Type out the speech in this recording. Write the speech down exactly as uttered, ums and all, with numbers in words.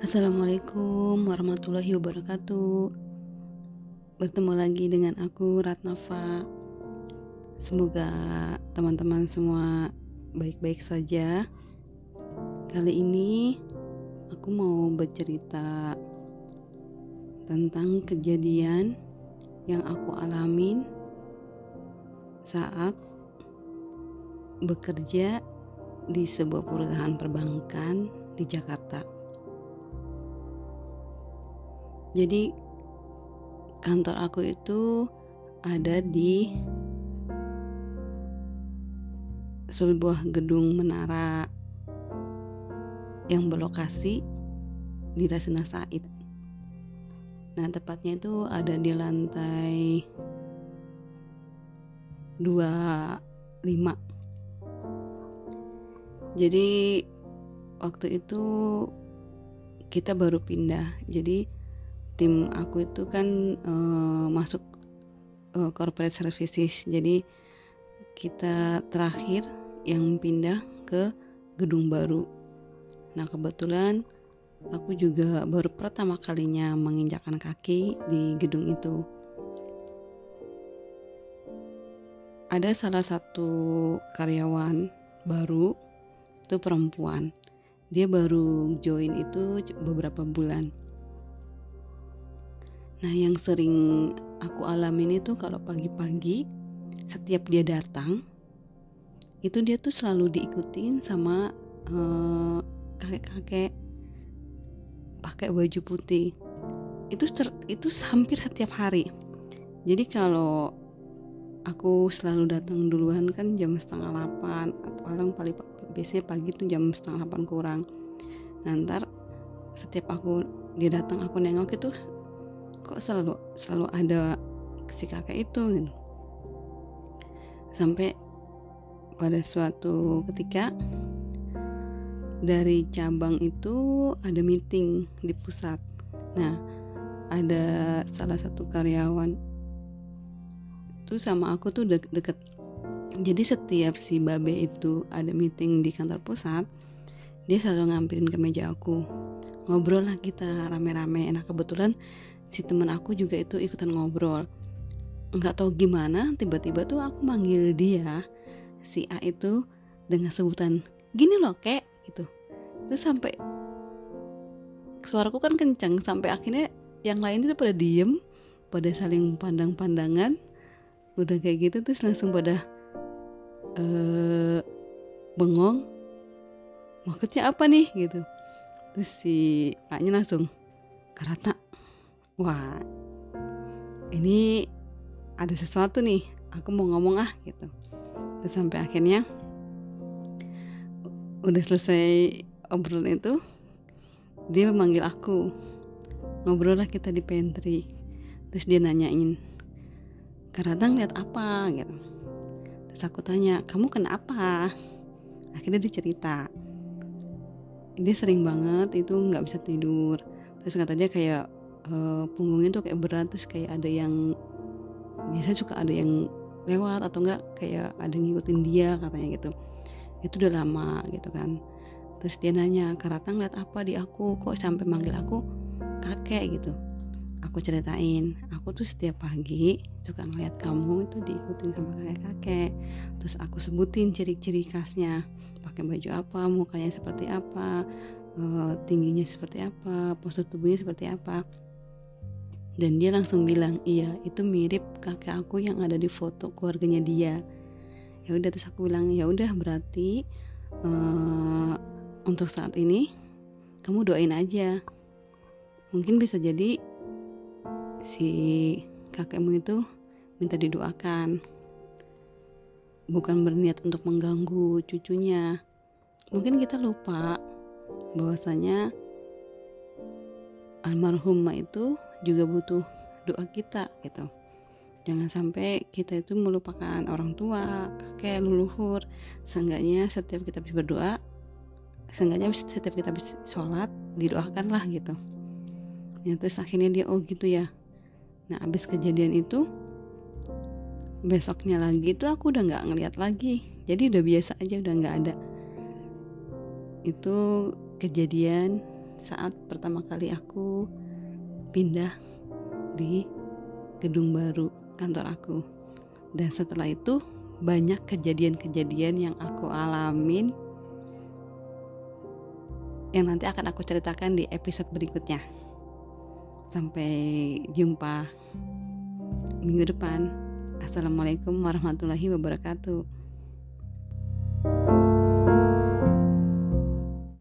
Assalamualaikum warahmatullahi wabarakatuh. Bertemu lagi dengan aku, Ratnafa. Semoga teman-teman semua baik-baik saja. Kali ini aku mau bercerita tentang kejadian yang aku alamin saat bekerja di sebuah perusahaan perbankan di Jakarta. Jadi kantor aku itu ada di sebuah gedung menara yang berlokasi di Rasuna Said. Nah, tepatnya itu ada di lantai dua puluh lima. Jadi waktu itu kita baru pindah. Jadi tim aku itu kan uh, masuk uh, corporate services. Jadi kita terakhir yang pindah ke gedung baru. Nah, kebetulan aku juga baru pertama kalinya menginjakkan kaki di gedung itu. Ada salah satu karyawan baru, itu perempuan. Dia baru join itu beberapa bulan. Nah, yang sering aku alamin itu kalau pagi-pagi setiap dia datang, itu dia tuh selalu diikutin sama uh, kakek-kakek pakai baju putih. Itu ter- itu hampir setiap hari. Jadi kalau aku selalu datang duluan kan jam setengah delapan atau paling paling biasanya pagi tuh jam setengah delapan kurang. Nah, ntar setiap aku dia datang aku nengok itu kok selalu selalu ada si kakek itu gitu. Sampai pada suatu ketika dari cabang itu ada meeting di pusat. Nah, ada salah satu karyawan itu sama aku tuh de- deket. Jadi setiap si babe itu ada meeting di kantor pusat, dia selalu ngampirin ke meja aku. Ngobrol lah kita rame-rame. Nah, kebetulan si teman aku juga itu ikutan ngobrol. Nggak tahu gimana tiba-tiba tuh aku manggil dia, si A itu, dengan sebutan gini loh kek gitu. Terus sampai suaraku kan kencang, sampai akhirnya yang lain itu pada diem, pada saling pandang-pandangan. Udah kayak gitu terus langsung pada uh, bengong, maksudnya apa nih gitu. Terus si A nya langsung, Karatna, wah ini ada sesuatu nih, aku mau ngomong ah gitu. Terus sampai akhirnya udah selesai obrolan itu, dia memanggil aku, ngobrol lah kita di pantry. Terus dia nanyain, Karatna lihat apa gitu. Terus aku tanya, kamu kenapa? Akhirnya dia cerita, dia sering banget itu nggak bisa tidur. Terus kata dia kayak uh, punggungnya tuh kayak berat, terus kayak ada yang biasa suka ada yang lewat atau enggak kayak ada yang ngikutin dia katanya gitu. Itu udah lama gitu kan. Terus dia nanya, Karatna ngeliat apa di aku, kok sampai manggil aku kakek gitu. Aku ceritain, aku tuh setiap pagi suka ngeliat kamu itu diikutin sama kakek-kakek. Terus aku sebutin ciri-ciri khasnya, pakai baju apa, mukanya seperti apa, uh, tingginya seperti apa, postur tubuhnya seperti apa. Dan dia langsung bilang, iya itu mirip kakek aku yang ada di foto keluarganya dia. Ya udah, terus aku bilang, ya udah berarti uh, untuk saat ini kamu doain aja. Mungkin bisa jadi si kakekmu itu minta didoakan, bukan berniat untuk mengganggu cucunya. Mungkin kita lupa bahwasanya almarhumah itu juga butuh doa kita gitu. Jangan sampai kita itu melupakan orang tua, kakek, leluhur. Seenggaknya setiap kita bisa berdoa, seenggaknya setiap kita bisa sholat, didoakanlah gitu. Ya, terus akhirnya dia, oh gitu ya. Nah, abis kejadian itu, besoknya lagi itu aku udah gak ngeliat lagi. Jadi udah biasa aja, udah gak ada. Itu kejadian saat pertama kali aku pindah di gedung baru kantor aku. Dan setelah itu banyak kejadian-kejadian yang aku alamin yang nanti akan aku ceritakan di episode berikutnya. Sampai jumpa minggu depan. Assalamualaikum warahmatullahi wabarakatuh.